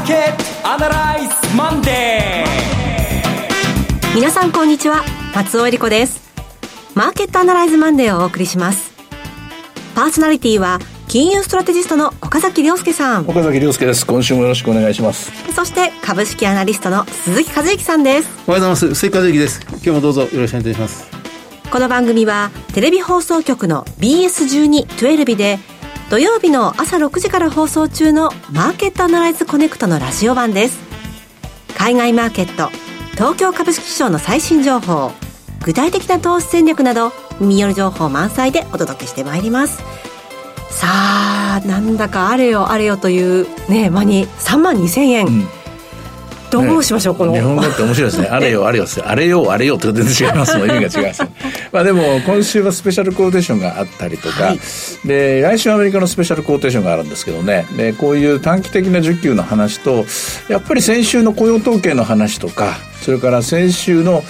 ーケットアナライズマンデー。 皆さんこんにちは、松尾恵理子です。マーケットアナライズマンデーをお送りします。パーソナリティは金融ストラテジストの岡崎亮介さん。 岡崎亮介です。今週もよろしくお願いします。 そして株式アナリストの鈴木和之さんです。 おはようございます。鈴木和之です。今日もどうぞよろしくお願いします。 この番組はテレビ放送局の BS12-12 で土曜日の朝6時から放送中のマーケットアナライズコネクトのラジオ版です。海外マーケット、東京株式市場の最新情報、具体的な投資戦略など耳寄り情報満載でお届けしてまいります。さあ、なんだかあれよあれよというね、間に32,000円、どうしましょう、この日本語って面白いですね。あれよあれよってあれよあれよって全然違いますもん。意味が違います。まあでも今週はスペシャルコーテーションがあったりとか、はい、で来週アメリカのスペシャルコーテーションがあるんですけどね、でこういう短期的な需給の話と、やっぱり先週の雇用統計の話とか、それから先週の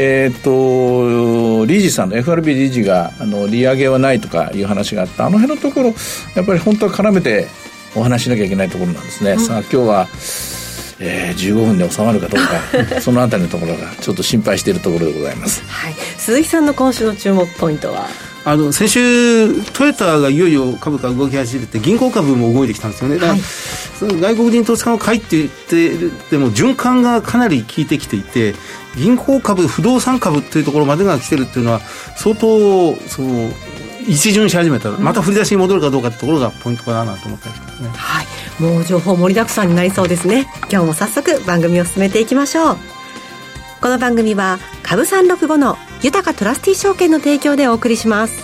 理事さんの FRB 理事が利上げはないとかいう話があった、あの辺のところやっぱり本当は絡めてお話しなきゃいけないところなんですね。さあ今日は15分で収まるかどうかそのあたりのところがちょっと心配しているところでございます。 はい、鈴木さんの今週の注目ポイントは、 先週トヨタがいよいよ株価動き始めて、銀行株も動いてきたんですよね。だから、その外国人投資家の買いって言ってでも循環がかなり効いてきていて、銀行株、不動産株というところまでが来てるっていうのは相当一巡し始めた、また振り出しに戻るかどうかってところがポイントかなと思ったりしますね。 はい、もう情報盛りだくさんになりそうですね。今日も早速番組を進めていきましょう。この番組は株365の豊かトラスティ証券の提供でお送りします。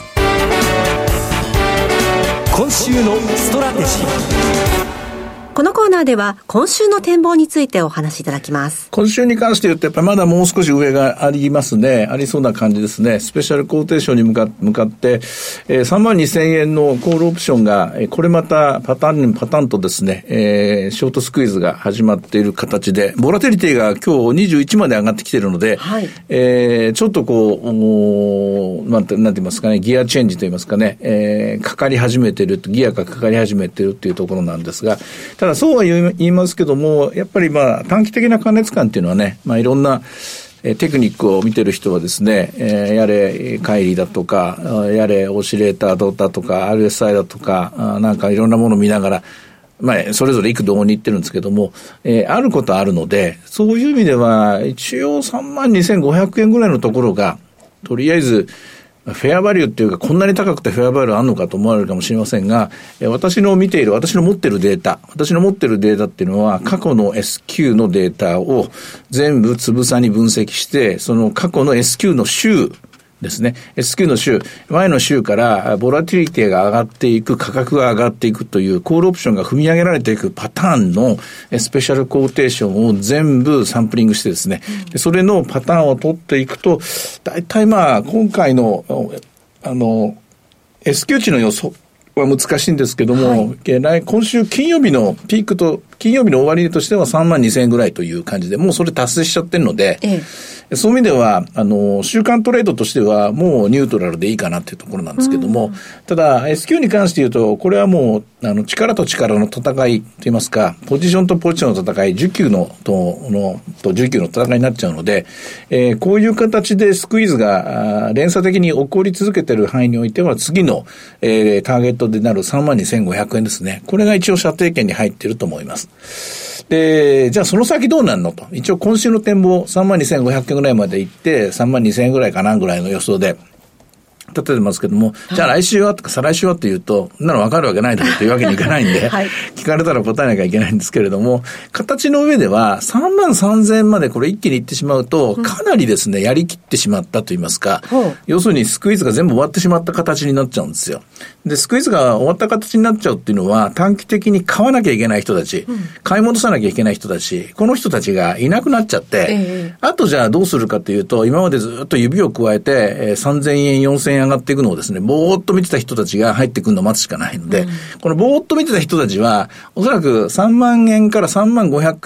今週のストラテジー。 このコーナーでは今週の展望についてお話しいただきます。 今週に関して言うとやっぱりまだもう少し上がありますね。ありそうな感じですね。スペシャルコーテーションに向かって、32,000円のコールオプションが、これまたパターンとですね、ショートスクイズが始まっている形で、ボラテリティが今日21まで上がってきているので、はい、ちょっとなんて言いますかね、ギアチェンジと言いますかね、かかり始めている、ギアがかかり始めているっていうところなんですが、ただそうは言いますけども、やっぱり短期的な過熱感っていうのはね、いろんなテクニックを見てる人はですね、やれ乖離だとか、やれオシレーターだとか RSI だとか、なんかいろんなものを見ながら、それぞれ幾度もに言ってるんですけども、あることあるので、そういう意味では一応 32,500 円ぐらいのところがとりあえずフェアバリューっていうか、こんなに高くてフェアバリューあるのかと思われるかもしれませんが、私の持ってるデータっていうのは過去の S q のデータを全部つぶさに分析して、その過去の S q の週ですね。S q の週、前の週からボラティリティが上がっていく、価格が上がっていくというコールオプションが踏み上げられていくパターンのスペシャルコーテーションを全部サンプリングしてですね、それのパターンを取っていくと、だいたい今回のS q 値の予想は難しいんですけども、はい、今週金曜日のピークと金曜日の終わりとしては 32,000 円ぐらいという感じで、もうそれ達成しちゃってるので、そういう意味では週間トレードとしてはもうニュートラルでいいかなっていうところなんですけども、ただ S q に関して言うと、これはもう力と力の戦いといいますか、ポジションとポジションの戦い、需給と需給の戦いになっちゃうので、こういう形でスクイーズが連鎖的に起こり続けている範囲においては、次の、ターゲットでなる 32,500 円ですね。これが一応射程圏に入っていると思います。で、じゃあその先どうなるのと。一応今週の展望 32,500 円ぐらいまで行って、32,000円ぐらいかなぐらいの予想で立ててますけども、じゃあ来週はとか再来週はというと、なの分かるわけないだろうというわけにいかないんで、はい、聞かれたら答えなきゃいけないんですけれども、形の上では33,000円までこれ一気に行ってしまうと、かなりですね、やりきってしまったといいますか、要するにスクイーズが全部終わってしまった形になっちゃうんですよ。で、スクイーズが終わった形になっちゃうっていうのは、短期的に買わなきゃいけない人たち、買い戻さなきゃいけない人たち、この人たちがいなくなっちゃって、あとじゃあどうするかというと、今までずっと指を加えて、3,000円、4,000円上がっていくのをですね、ぼーっと見てた人たちが入ってくるのを待つしかないので、このぼーっと見てた人たちは、おそらく3万円から35,000円、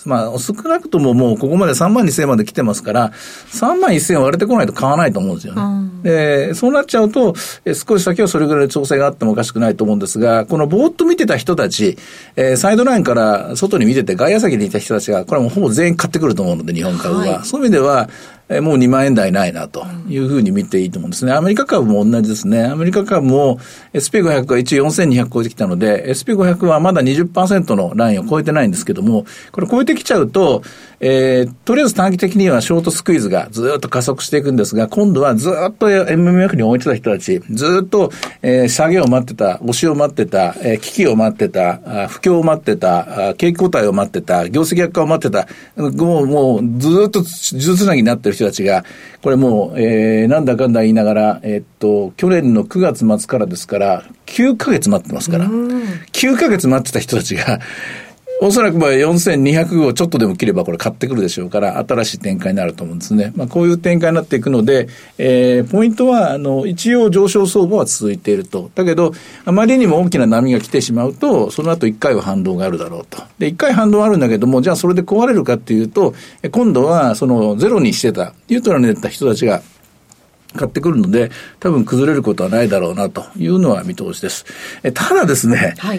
少なくとももうここまで32,000まで来てますから、31,000割れてこないと買わないと思うんですよね。で、そうなっちゃうと、少し先はそれぐらいの調整があってもおかしくないと思うんですが、このぼーっと見てた人たち、サイドラインから外に見てて外野先にいた人たちが、これはもうほぼ全員買ってくると思うので、日本株は。そういう意味では、もう2万円台ないなというふうに見ていいと思うんですね。アメリカ株も同じですね。アメリカ株も SP500 が一応 4,200 超えてきたので、SP500 はまだ 20% のラインを超えてないんですけども、これ超えてきちゃうと、とりあえず短期的にはショートスクイーズがずっと加速していくんですが、今度はずっと MMF に置いてた人たち、ずっと、下げを待ってた、押しを待ってた、危機を待ってた、不況を待ってた、景気後退を待ってた、業績悪化を待ってた、もうずっと数珠つなぎになってる人たちが、これもう、なんだかんだ言いながら、去年の9月末からですから、9ヶ月待ってますから、9ヶ月待ってた人たちが、おそらく4200をちょっとでも切ればこれ買ってくるでしょうから、新しい展開になると思うんですね。こういう展開になっていくので、ポイントは、一応上昇相場は続いていると。だけど、あまりにも大きな波が来てしまうと、その後1回は反動があるだろうと。で、1回反動あるんだけども、じゃあそれで壊れるかっていうと、今度はそのゼロにしてた、ニュートラルに出た人たちが、買ってくるので、多分崩れることはないだろうなというのは見通しです。ただですね、はい、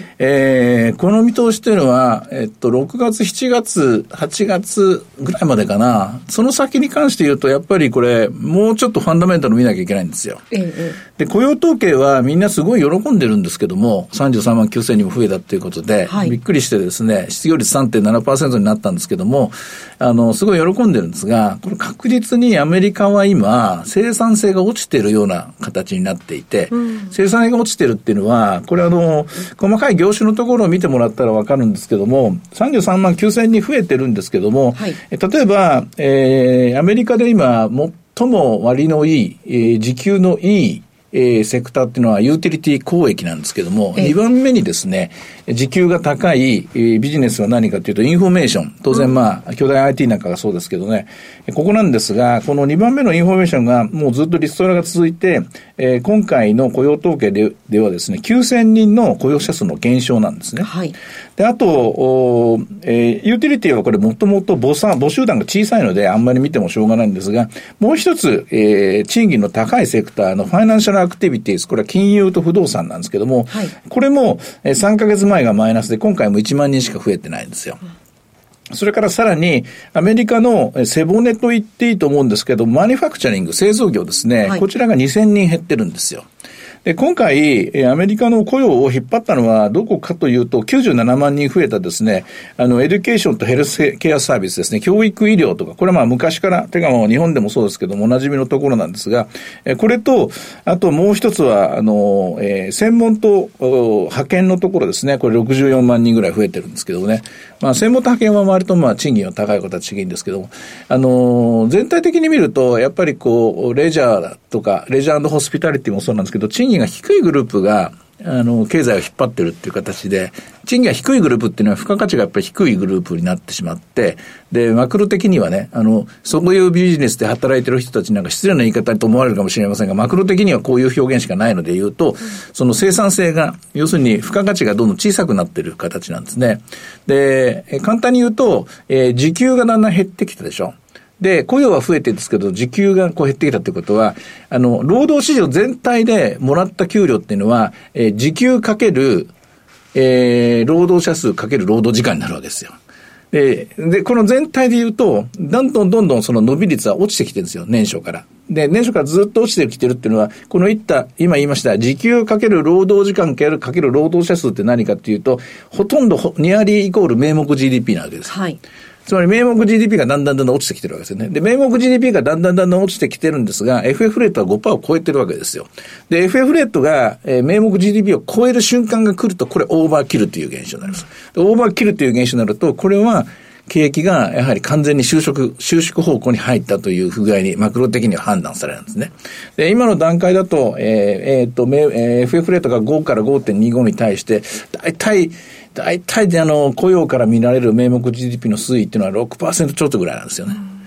この見通しというのは、6月、7月、8月ぐらいまでかな。その先に関して言うと、やっぱりこれ、もうちょっとファンダメンタル見なきゃいけないんですよ。で、雇用統計はみんなすごい喜んでるんですけども、33万9000人も増えたということで、はい、びっくりしてですね、失業率 3.7% になったんですけども、すごい喜んでるんですが、これ確実にアメリカは今、生産性が落ちているような形になっていて、生産性が落ちているっていうのは、これ細かい業種のところを見てもらったらわかるんですけども、33万9000人増えてるんですけども、はい、例えば、アメリカで今最も割のいい、時給のいいセクターっていうのはユーティリティ交易なんですけども、2番目にですね、時給が高いビジネスは何かというとインフォメーション。当然巨大 IT なんかがそうですけどね、ここなんですが、この2番目のインフォメーションがもうずっとリストラが続いて、今回の雇用統計ではですね、9000人の雇用者数の減少なんですね。はい。で、あと、ユーティリティはこれもともと母集団が小さいのであんまり見てもしょうがないんですが、もう一つ、賃金の高いセクターのファイナンシャルアクティビティー、これは金融と不動産なんですけども、はい、これも3ヶ月前がマイナスで今回も1万人しか増えてないんですよ。それからさらにアメリカの背骨と言っていいと思うんですけど、マニュファクチャリング、製造業ですね、はい、こちらが2000人減ってるんですよ。で、今回、アメリカの雇用を引っ張ったのはどこかというと、97万人増えたですね、エデュケーションとヘルスケアサービスですね、教育医療とか、これは昔から、もう日本でもそうですけども、おなじみのところなんですが、これと、あともう一つは、専門と派遣のところですね、これ64万人ぐらい増えてるんですけどね、専門と派遣は割と賃金は高い形がいいんですけども、全体的に見ると、やっぱりレジャーとか、レジャー&ホスピタリティもそうなんですけど、賃金が低いグループが、経済を引っ張ってるっていう形で、賃金が低いグループっていうのは付加価値がやっぱり低いグループになってしまって、で、マクロ的にはね、そういうビジネスで働いてる人たちなんか失礼な言い方と思われるかもしれませんが、マクロ的にはこういう表現しかないので言うと、その生産性が、要するに付加価値がどんどん小さくなってる形なんですね。で、簡単に言うと、時給がだんだん減ってきたでしょ。で、雇用は増えてるんですけど、時給が減ってきたってことは、労働市場全体でもらった給料っていうのは、時給かける、労働者数かける労働時間になるわけですよ。で、この全体で言うと、どんどんその伸び率は落ちてきてるんですよ、年初から。で、年初からずっと落ちてきてるっていうのは、今言いました、時給かける労働時間かける労働者数って何かっていうと、ほとんどニアリーイコール名目 GDP なわけです。はい。つまり名目 GDP がだんだん落ちてきてるわけですよね。で、名目 GDP がだんだん落ちてきてるんですが、FF レートは 5% を超えてるわけですよ。で、FF レートが、名目 GDP を超える瞬間が来ると、これオーバーキルという現象になります。で、オーバーキルという現象になると、これは、景気がやはり完全に収縮方向に入ったという不具合にマクロ的には判断されるんですね。で、今の段階だと、FF レートが5から 5.25 に対して、大体で雇用から見られる名目 GDP の推移っていうのは 6% ちょっとぐらいなんですよね。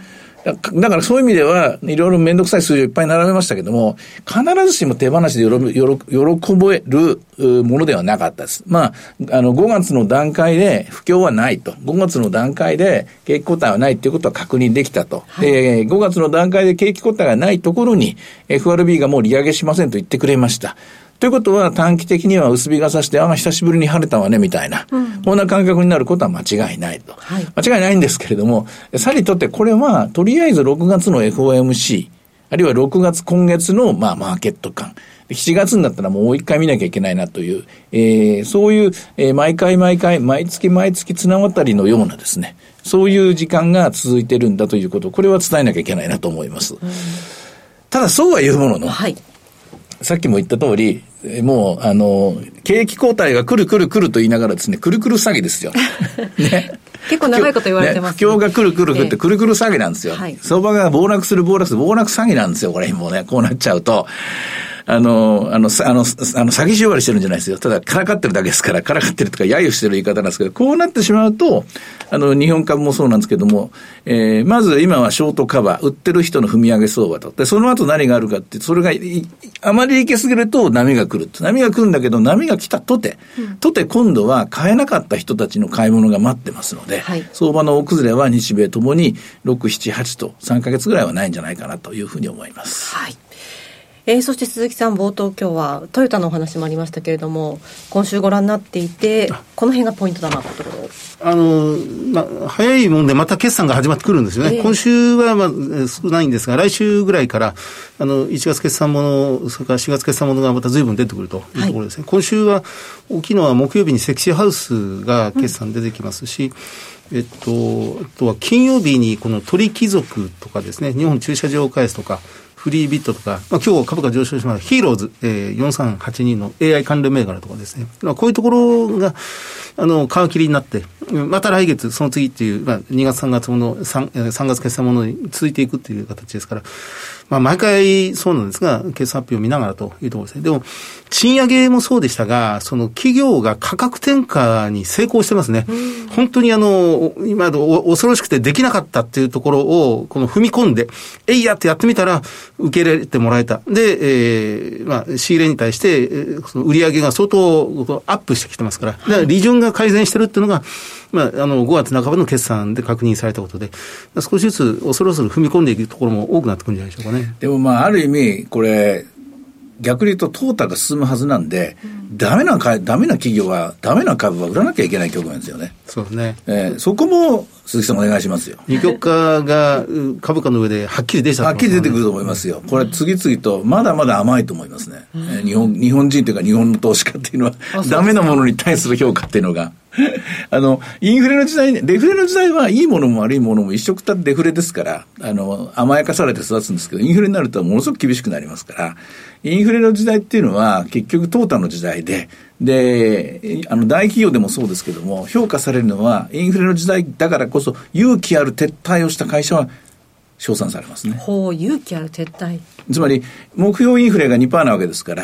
だからそういう意味では、いろいろめんどくさい数字をいっぱい並べましたけども、必ずしも手放しで喜べるものではなかったです。5月の段階で不況はないと。5月の段階で景気後退はないということは確認できたと。はい、5月の段階で景気後退がないところに FRB がもう利上げしませんと言ってくれました。ということは短期的には薄日が差して、久しぶりに晴れたわねみたいな、こんな感覚になることは間違いないと。はい、間違いないんですけれども、さりとってこれはとりあえず6月の FOMC、あるいは6月今月のマーケット感、7月になったらもう一回見なきゃいけないなという、そういう、毎月綱渡りのようなですね、そういう時間が続いてるんだということを、これは伝えなきゃいけないなと思います。ただそうは言うものの、はい、さっきも言った通り、もう、景気後退が来ると言いながらですね、くるくる詐欺ですよ。ね。 結構長いこと言われてますね。 不況が来るってくるくる詐欺なんですよ。はい、相場が暴落する暴落詐欺なんですよ、これもうね、こうなっちゃうと。詐欺師呼ばれしてるんじゃないですよ。ただ、からかってるだけですから、からかってるとか、揶揄してる言い方なんですけど、こうなってしまうと、日本株もそうなんですけども、まず今はショートカバー、売ってる人の踏み上げ相場と。で、その後何があるかって、それが、あまり行き過ぎると波が来る。波が来るんだけど、波が来たとて今度は買えなかった人たちの買い物が待ってますので、はい、相場の大崩れは日米ともに6、7、8と3ヶ月ぐらいはないんじゃないかなというふうに思います。 はい。そして鈴木さん、冒頭今日はトヨタのお話もありましたけれども、今週ご覧になっていて、この辺がポイントだなというところ。 早いもんでまた決算が始まってくるんですよね。今週は少ないんですが、来週ぐらいから1月決算もの、それから4月決算ものがまた随分出てくるというところですね。はい、今週は大きいのは木曜日にセクシーハウスが決算出てきますし、あとは金曜日にこの鳥貴族とかですね、日本駐車場開発とかフリービットとか、今日株価上昇しましたヒーローズ、4382の AI 関連銘柄とかですね、こういうところが皮切りになって、また来月その次っていう、2月3月もの 3月決算ものに続いていくっていう形ですから、毎回そうなんですが、決算発表を見ながらというところですね。でも賃上げもそうでしたが、その企業が価格転嫁に成功してますね。本当に今恐ろしくてできなかったっていうところをこの踏み込んでえいやってやってみたら受け入れてもらえた。で、仕入れに対して、その売り上げが相当アップしてきてますから、だから利潤が改善してるっていうのが、5月半ばの決算で確認されたことで、少しずつ恐る恐る踏み込んでいくところも多くなってくるんじゃないでしょうかね。 でもある意味これ逆に言うと淘汰が進むはずなんで、ダメな企業はダメな株は売らなきゃいけない局面ですよね。 そうですね。 そこも鈴木さんお願いしますよ。 二極化が株価の上ではっきり出てくると思いますよ。これ次々とまだまだ甘いと思いますね。日本人というか日本の投資家っていうのはダメなものに対する評価っていうのがインフレの時代、デフレの時代はいいものも悪いものも一緒くたってデフレですから、甘やかされて育つんですけど、インフレになるとものすごく厳しくなりますから、インフレの時代っていうのは結局淘汰の時代で、大企業でもそうですけども、評価されるのはインフレの時代だからこそ勇気ある撤退をした会社は称賛されますね。 勇気ある撤退。 つまり目標インフレが 2% なわけですから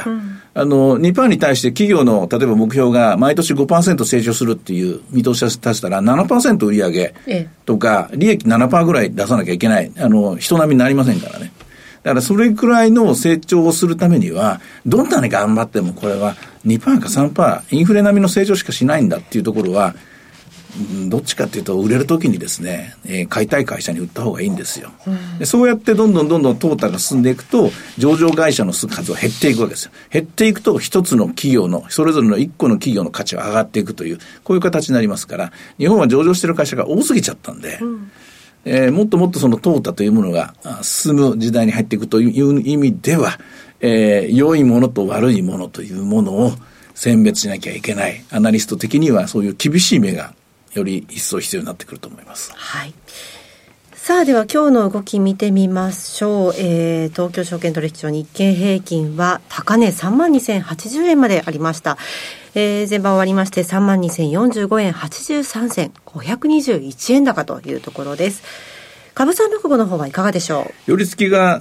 、2% に対して企業の例えば目標が毎年 5% 成長するっていう見通しを立てたら 7% 売上とか利益 7% ぐらい出さなきゃいけない、人並みになりませんからね。だからそれくらいの成長をするためにはどんなに頑張ってもこれは 2% か 3% インフレ並みの成長しかしないんだっていうところは、どっちかっていうと売れるときにですね、買いたい会社に売った方がいいんですよ。でそうやってどんどん淘汰が進んでいくと上場会社の数は減っていくわけですよ。減っていくと一つの企業のそれぞれの一個の企業の価値は上がっていくというこういう形になりますから、日本は上場している会社が多すぎちゃったんで、もっともっとその淘汰というものが進む時代に入っていくという意味では、良いものと悪いものというものを選別しなきゃいけない。アナリスト的にはそういう厳しい目がより一層必要になってくると思います。 はい。さあでは今日の動き見てみましょう。東京証券取引所日経平均は高値 32,080 円までありました。前場終わりまして 32,045 円83銭521円高というところです。 株365の方はいかがでしょう。 寄り付きが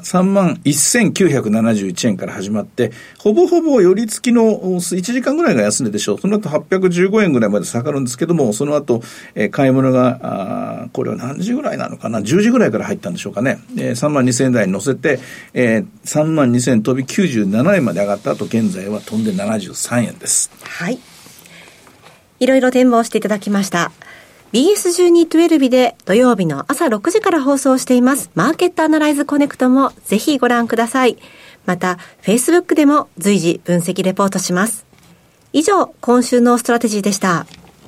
31,971円から始まって、ほぼほぼ寄り付きの1時間ぐらいが安値でしょう。その後815円ぐらいまで下がるんですけども、その後、買い物がこれは何時ぐらいなのかな、10時ぐらいから入ったんでしょうかね。32,000円台に乗せて、32,000円飛び97円まで上がった後、現在は飛んで73円です。 はい。いろいろ展望していただきました。BS12-12 で土曜日の朝6時から放送していますマーケットアナライズコネクトもぜひご覧ください。また Facebook でも随時分析レポートします。以上、今週のストラテジーでした。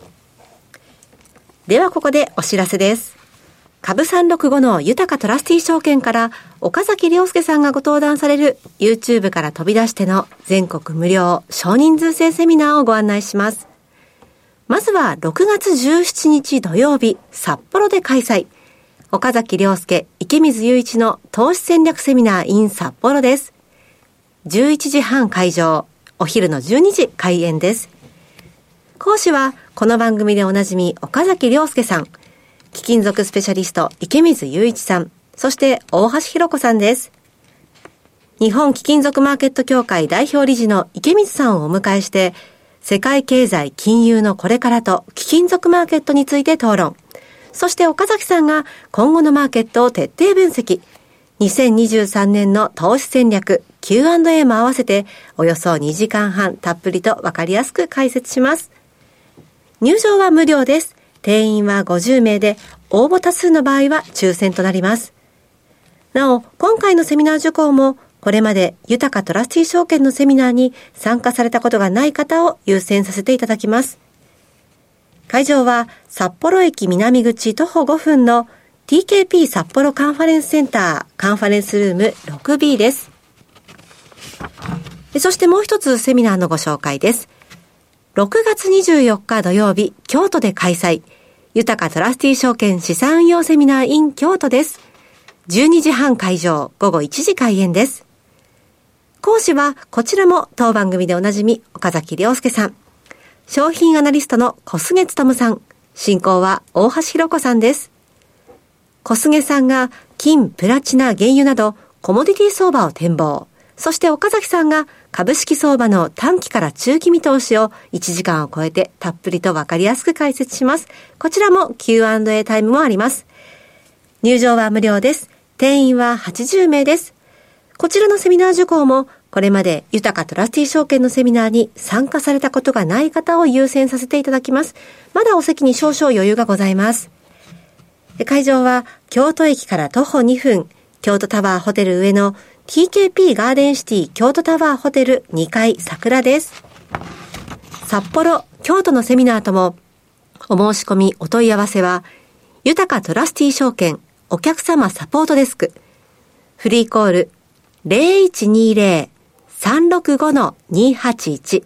ではここでお知らせです。株365の豊かトラスティ証券から岡崎亮介さんがご登壇される YouTube から飛び出しての全国無料少人数制セミナーをご案内します。まずは6月17日土曜日、札幌で開催。岡崎亮介、池水雄一の投資戦略セミナー in 札幌です。11時半会場、お昼の12時開演です。講師は、この番組でおなじみ岡崎亮介さん、貴金属スペシャリスト池水雄一さん、そして大橋弘子さんです。日本貴金属マーケット協会代表理事の池水さんをお迎えして、世界経済金融のこれからと貴金属マーケットについて討論。そして岡崎さんが今後のマーケットを徹底分析。2023年の投資戦略 Q&A も合わせておよそ2時間半たっぷりとわかりやすく解説します。入場は無料です。定員は50名で応募多数の場合は抽選となります。なお、今回のセミナー受講もこれまで豊かトラスティ証券のセミナーに参加されたことがない方を優先させていただきます。会場は札幌駅南口徒歩5分の TKP 札幌カンファレンスセンターカンファレンスルーム 6B です。そしてもう一つセミナーのご紹介です。6月24日土曜日、京都で開催。豊かトラスティ証券資産運用セミナー in 京都です。12時半会場、午後1時開演です。講師はこちらも当番組でおなじみ岡崎亮介さん。商品アナリストの小菅勉さん。進行は大橋弘子さんです。小菅さんが金、プラチナ、原油などコモディティ相場を展望。そして岡崎さんが株式相場の短期から中期見通しを1時間を超えてたっぷりとわかりやすく解説します。こちらも Q&A タイムもあります。入場は無料です。定員は80名です。こちらのセミナー受講もこれまで豊かトラスティ証券のセミナーに参加されたことがない方を優先させていただきます。まだお席に少々余裕がございます。会場は京都駅から徒歩2分、京都タワーホテル上の TKP ガーデンシティ京都タワーホテル2階桜です。札幌、京都のセミナーともお申し込みお問い合わせは豊かトラスティ証券お客様サポートデスクフリーコール 0120-365-281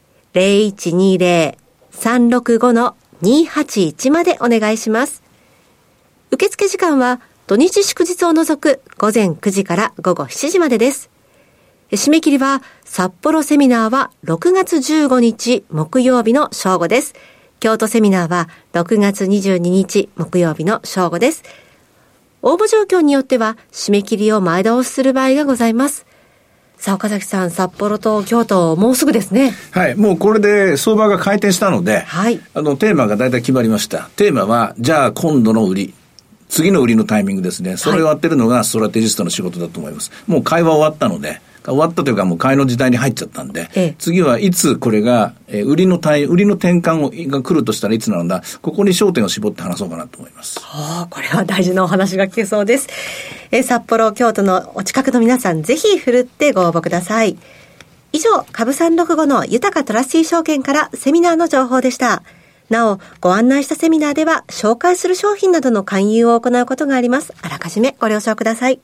0120-365-281 までお願いします。受付時間は土日祝日を除く午前9時から午後7時までです。締め切りは札幌セミナーは6月15日木曜日の正午です。京都セミナーは6月22日木曜日の正午です。応募状況によっては締め切りを前倒しする場合がございます。さあ岡崎さん、札幌と京都もうすぐですね。 はい、もうこれで相場が回転したので、 はい、 テーマがだいたい決まりました。テーマはじゃあ今度の売り、次の売りのタイミングですね。それを当てるのがストラテジストの仕事だと思います。もう会話終わったので、終わったというかもう買いの時代に入っちゃったんで、次はいつこれが、売りの転換が来るとしたらいつなんだ、ここに焦点を絞って話そうかなと思います。 これは大事なお話が聞けそうです。札幌、京都のお近くの皆さんぜひふるってご応募ください。以上、株365の豊かトラスティ証券からセミナーの情報でした。なお、ご案内したセミナーでは紹介する商品などの勧誘を行うことがあります。あらかじめご了承ください。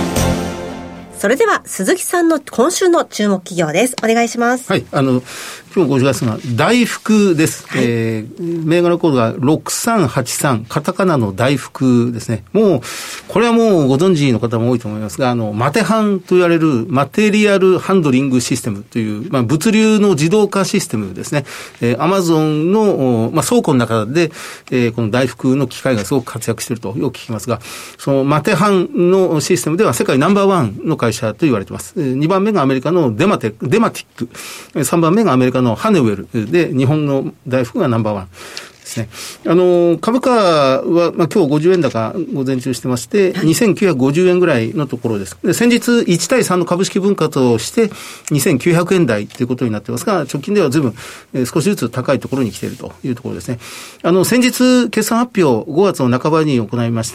それでは鈴木さんの今週の注目企業です。お願いします。 はい、 今日ご紹介するのは大福です。はい、銘柄コードが6383、カタカナの大福ですね。もう、これはもうご存知の方も多いと思いますが、マテハンと言われるマテリアルハンドリングシステムという、物流の自動化システムですね。アマゾンの、倉庫の中で、この大福の機械がすごく活躍しているとよく聞きますが、そのマテハンのシステムでは世界ナンバーワンの会社と言われています。2番目がアメリカのデマティック。3番目がアメリカのハネウェルで、日本の大福がナンバーワンですね。株価は、今日50円高午前中してまして、2950円ぐらいのところです。で、先日1対3の株式分割をして2900円台ということになってますが、直近では随分、少しずつ高いところに来ているというところですね。先日決算発表5月の半ばに行いまして、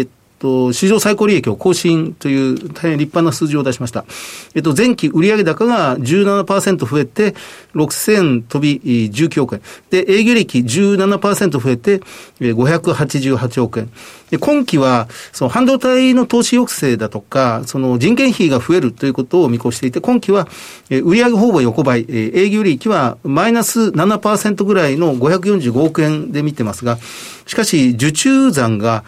史上最高利益を更新という大変立派な数字を出しました。前期売上高が 17% 増えて6000飛び19億円。で、営業利益 17% 増えて588億円。で、今期は、その半導体の投資抑制だとか、その人件費が増えるということを見越していて、今期は売上ほぼ横ばい、営業利益はマイナス 7% ぐらいの545億円で見てますが、しかし受注残が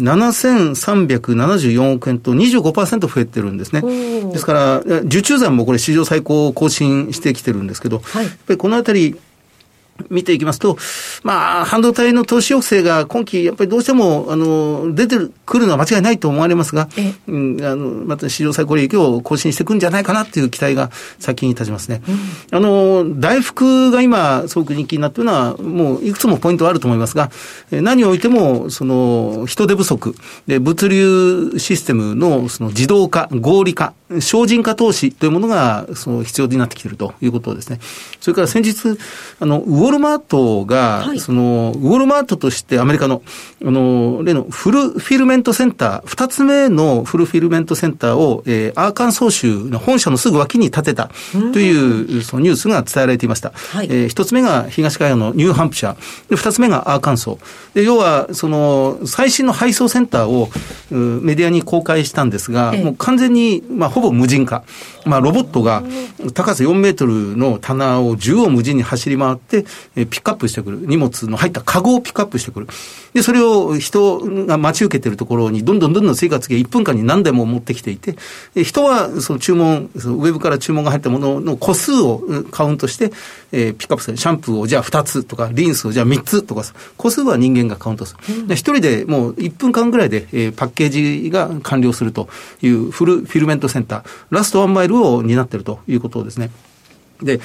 7374億円と 25% 増えてるんですね。ですから、受注残もこれ史上最高を更新してきてるんですけど、やっぱりこのあたり、見ていきますと、半導体の投資抑制が今期やっぱりどうしても、出てくるのは間違いないと思われますが、また史上最高利益を更新していくんじゃないかなという期待が先に立ちますね。大福が今、すごく人気になっているのは、もういくつもポイントはあると思いますが、何をおいても、人手不足、で、物流システムの自動化、合理化、省人化投資というものが、必要になってきているということですね。それから先日、ウォルマートが、ウォルマートとしてアメリカの、例のフルフィルメントセンター、二つ目のフルフィルメントセンターを、アーカンソー州の本社のすぐ脇に建てたという、そのニュースが伝えられていました。一つ目が東海岸のニューハンプシャー、で、二つ目がアーカンソー。で、要は、最新の配送センターをメディアに公開したんですが、もう完全に、ほぼ無人化。ロボットが高さ4メートルの棚を縦横無尽に走り回って、ピックアップしてくる。荷物の入ったカゴをピックアップしてくる。で、それを人が待ち受けているところにどんどん追加付け1分間に何台も持ってきていて、人はその注文、ウェブから注文が入ったものの個数をカウントして、ピックアップする。シャンプーをじゃあ2つとか、リンスをじゃあ3つとか、個数は人間がカウントする。一人でもう1分間ぐらいで、パッケージが完了するというフルフィルメントセンター、ラストワンマイルを担っているということですね。で、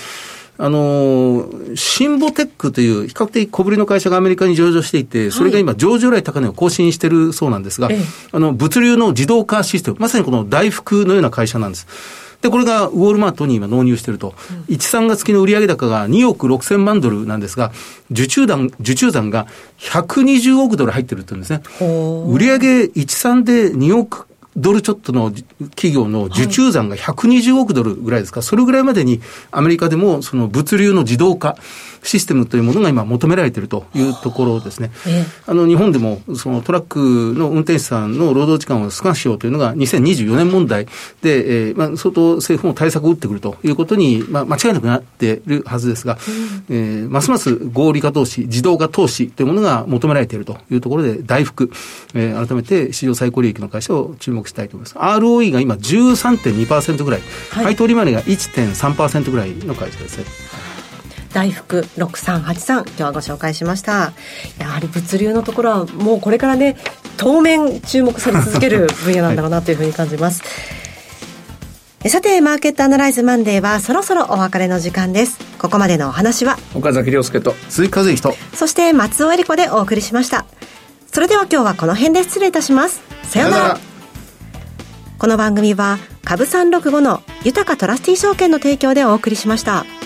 シンボテックという比較的小ぶりの会社がアメリカに上場していて、それが今上場来高値を更新しているそうなんですが、物流の自動化システム、まさにこの大福のような会社なんです。で、これがウォールマートに今納入していると。1、3月期の売上高が2億6000万ドルなんですが、受注残が120億ドル入ってるって言うんですね。売上1、3で2億ドルちょっとの企業の受注残が120億ドルぐらいですか、それぐらいまでにアメリカでもその物流の自動化システムというものが今求められているというところですね。日本でもそのトラックの運転手さんの労働時間を少なくしようというのが2024年問題で、相当政府も対策を打ってくるということに、間違いなくなっているはずですが、ますます合理化投資、自動化投資というものが求められているというところで大福、改めて史上最高利益の会社を注目したいと思います。ROE が今 13.2% ぐらい、配当利回りが 1.3% ぐらいの会社ですね。 大福6383、今日はご紹介しました。やはり物流のところはもうこれからね、当面注目され続ける分野なんだろうなというふうに感じます。さて、マーケットアナライズマンデーはそろそろお別れの時間です。ここまでのお話は岡崎亮介と鈴木和之と、 そして松尾恵理子でお送りしました。それでは今日はこの辺で失礼いたします。さようなら。この番組は株365の豊かトラスティ証券の提供でお送りしました。